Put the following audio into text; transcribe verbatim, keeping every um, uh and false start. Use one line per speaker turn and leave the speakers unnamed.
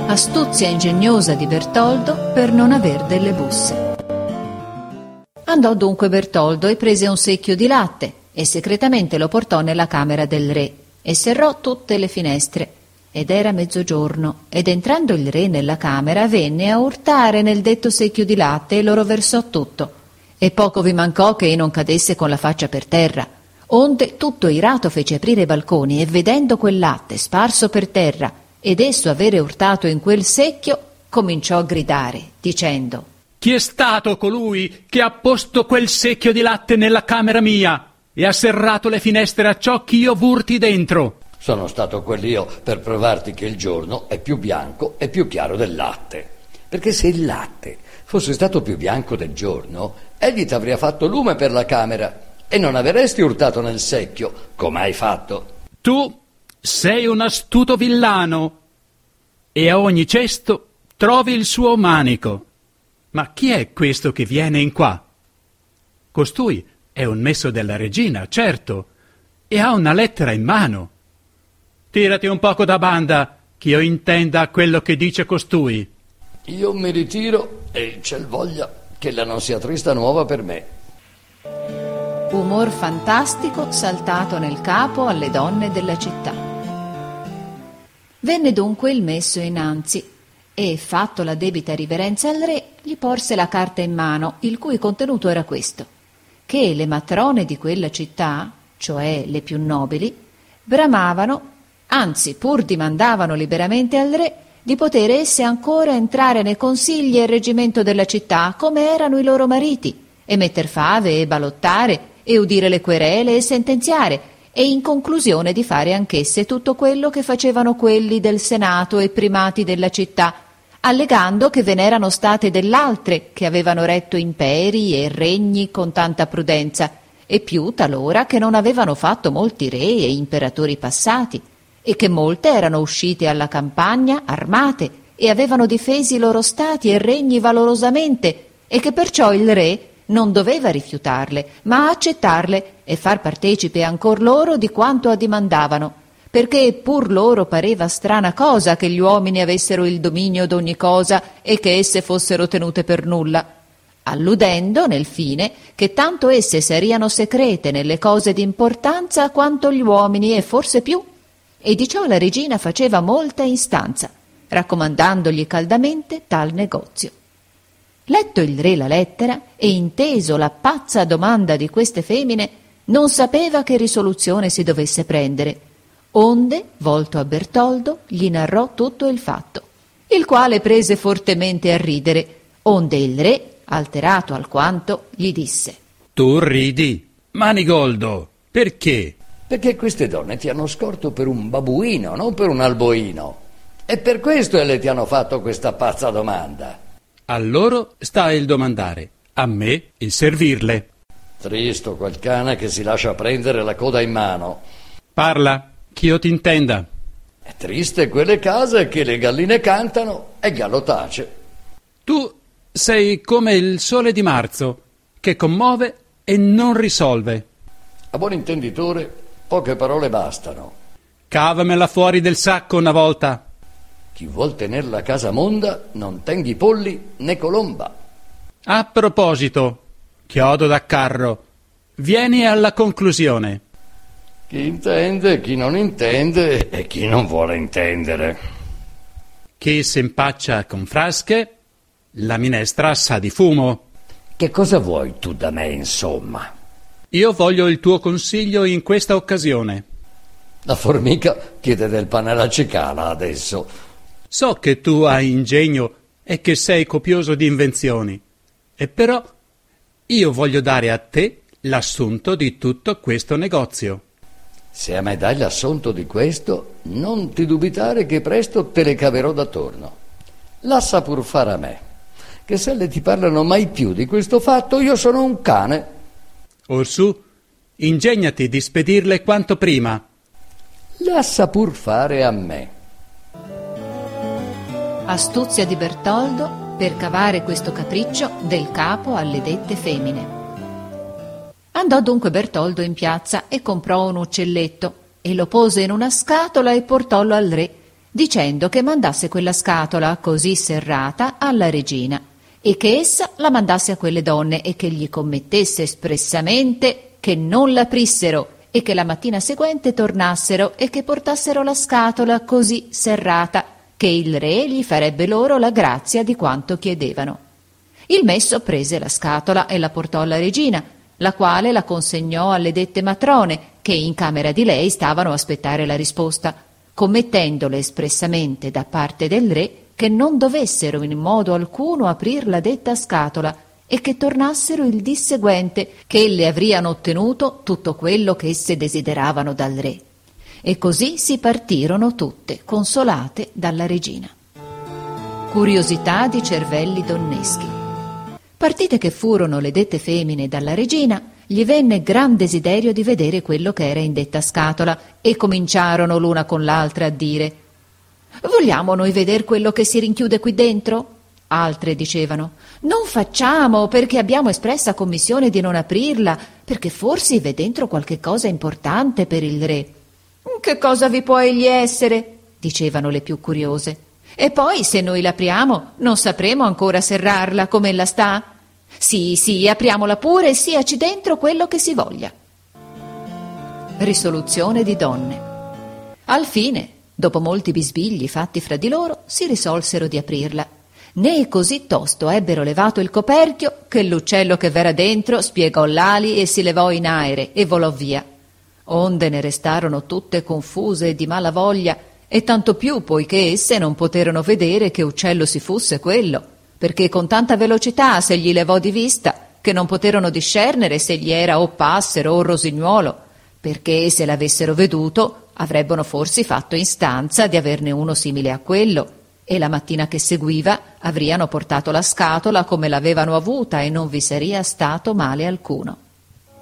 Astuzia ingegnosa di Bertoldo per non aver delle busse. Andò dunque Bertoldo e prese un secchio di latte e segretamente lo portò nella camera del re e serrò tutte le finestre. Ed era mezzogiorno, ed entrando il re nella camera venne a urtare nel detto secchio di latte e lo roversò tutto. E poco vi mancò che ei non cadesse con la faccia per terra. Onde tutto irato fece aprire i balconi e vedendo quel latte sparso per terra ed esso avere urtato in quel secchio, cominciò a gridare, dicendo:
«Chi è stato colui che ha posto quel secchio di latte nella camera mia e ha serrato le finestre a ciò che io vurti dentro?»
Sono stato quell'io per provarti che il giorno è più bianco e più chiaro del latte. Perché se il latte fosse stato più bianco del giorno, egli ti avrebbe fatto lume per la camera e non avresti urtato nel secchio, come hai fatto.
Tu sei un astuto villano e a ogni cesto trovi il suo manico. Ma chi è questo che viene in qua? Costui è un messo della regina, certo, e ha una lettera in mano. Tirati un poco da banda, che io intenda quello che dice costui.
Io mi ritiro e il ciel voglia che la non sia trista nuova per me.
Umor fantastico saltato nel capo alle donne della città. Venne dunque il messo innanzi e, fatto la debita riverenza al re, gli porse la carta in mano, il cui contenuto era questo: che le matrone di quella città, cioè le più nobili, bramavano, anzi pur dimandavano liberamente al re, di poter esse ancora entrare nei consigli e reggimento della città come erano i loro mariti, e metter fave e balottare e udire le querele e sentenziare, e in conclusione di fare anch'esse tutto quello che facevano quelli del senato e primati della città, allegando che ve n'erano state dell'altre che avevano retto imperi e regni con tanta prudenza, e più talora che non avevano fatto molti re e imperatori passati, e che molte erano uscite alla campagna armate e avevano difesi i loro stati e regni valorosamente, e che perciò il re non doveva rifiutarle, ma accettarle e far partecipe ancor loro di quanto addimandavano, perché pur loro pareva strana cosa che gli uomini avessero il dominio d'ogni cosa e che esse fossero tenute per nulla, alludendo nel fine che tanto esse seriano secrete nelle cose d'importanza quanto gli uomini e forse più, e di ciò la regina faceva molta instanza, raccomandandogli caldamente tal negozio. Letto il re la lettera e inteso la pazza domanda di queste femmine, non sapeva che risoluzione si dovesse prendere, onde, volto a Bertoldo, gli narrò tutto il fatto, il quale prese fortemente a ridere, onde il re, alterato alquanto, gli disse:
Tu ridi, Manigoldo, perché?
Perché queste donne ti hanno scorto per un babuino, non per un alboino, e per questo le ti hanno fatto questa pazza domanda.
A loro sta il domandare, a me il servirle.
Tristo quel cane che si lascia prendere la coda in mano.
Parla, ch'io t'intenda.
È triste quelle case che le galline cantano e il gallo tace.
Tu sei come il sole di marzo, che commuove e non risolve.
A buon intenditore, poche parole bastano.
Cavamela fuori del sacco una volta.
Chi vuol tener la casa monda non tenghi polli né colomba.
A proposito, chiodo da carro, vieni alla conclusione.
Chi intende, chi non intende e chi non vuole intendere.
Chi s'impaccia con frasche, la minestra sa di fumo.
Che cosa vuoi tu da me, insomma?
Io voglio il tuo consiglio in questa occasione.
La formica chiede del pane alla cicala adesso.
So che tu hai ingegno e che sei copioso di invenzioni, e però io voglio dare a te l'assunto di tutto questo negozio.
Se a me dai l'assunto di questo, non ti dubitare che presto te le caverò d'attorno. Lassa pur fare a me, che se le ti parlano mai più di questo fatto, io sono un cane.
Orsù, ingegnati di spedirle quanto prima.
Lassa pur fare a me.
Astuzia di Bertoldo per cavare questo capriccio del capo alle dette femmine. Andò dunque Bertoldo in piazza e comprò un uccelletto e lo pose in una scatola e portollo al re, dicendo che mandasse quella scatola così serrata alla regina e che essa la mandasse a quelle donne e che gli commettesse espressamente che non l'aprissero e che la mattina seguente tornassero e che portassero la scatola così serrata che il re gli farebbe loro la grazia di quanto chiedevano. Il messo prese la scatola e la portò alla regina, la quale la consegnò alle dette matrone, che in camera di lei stavano a aspettare la risposta, commettendole espressamente da parte del re che non dovessero in modo alcuno aprir la detta scatola e che tornassero il dì seguente, che le avriano ottenuto tutto quello che esse desideravano dal re. E così si partirono tutte, consolate dalla regina. Curiosità di cervelli donneschi. Partite che furono le dette femmine dalla regina, gli venne gran desiderio di vedere quello che era in detta scatola e cominciarono l'una con l'altra a dire: «Vogliamo noi veder quello che si rinchiude qui dentro?» Altre dicevano: «Non facciamo, perché abbiamo espressa commissione di non aprirla, perché forse v'è dentro qualche cosa importante per il re». «Che cosa vi può egli essere?» dicevano le più curiose. «E poi, se noi l'apriamo, non sapremo ancora serrarla come ella sta? Sì, sì, apriamola pure e siaci dentro quello che si voglia». Risoluzione di donne. Al fine, dopo molti bisbigli fatti fra di loro, si risolsero di aprirla. Né così tosto ebbero levato il coperchio che l'uccello che v'era dentro spiegò l'ali e si levò in aere e volò via. Onde ne restarono tutte confuse e di mala voglia, e tanto più poiché esse non poterono vedere che uccello si fusse quello, perché con tanta velocità se gli levò di vista che non poterono discernere se gli era o passero o rosignuolo, perché se l'avessero veduto avrebbero forse fatto instanza di averne uno simile a quello, e la mattina che seguiva avriano portato la scatola come l'avevano avuta e non vi saria stato male alcuno.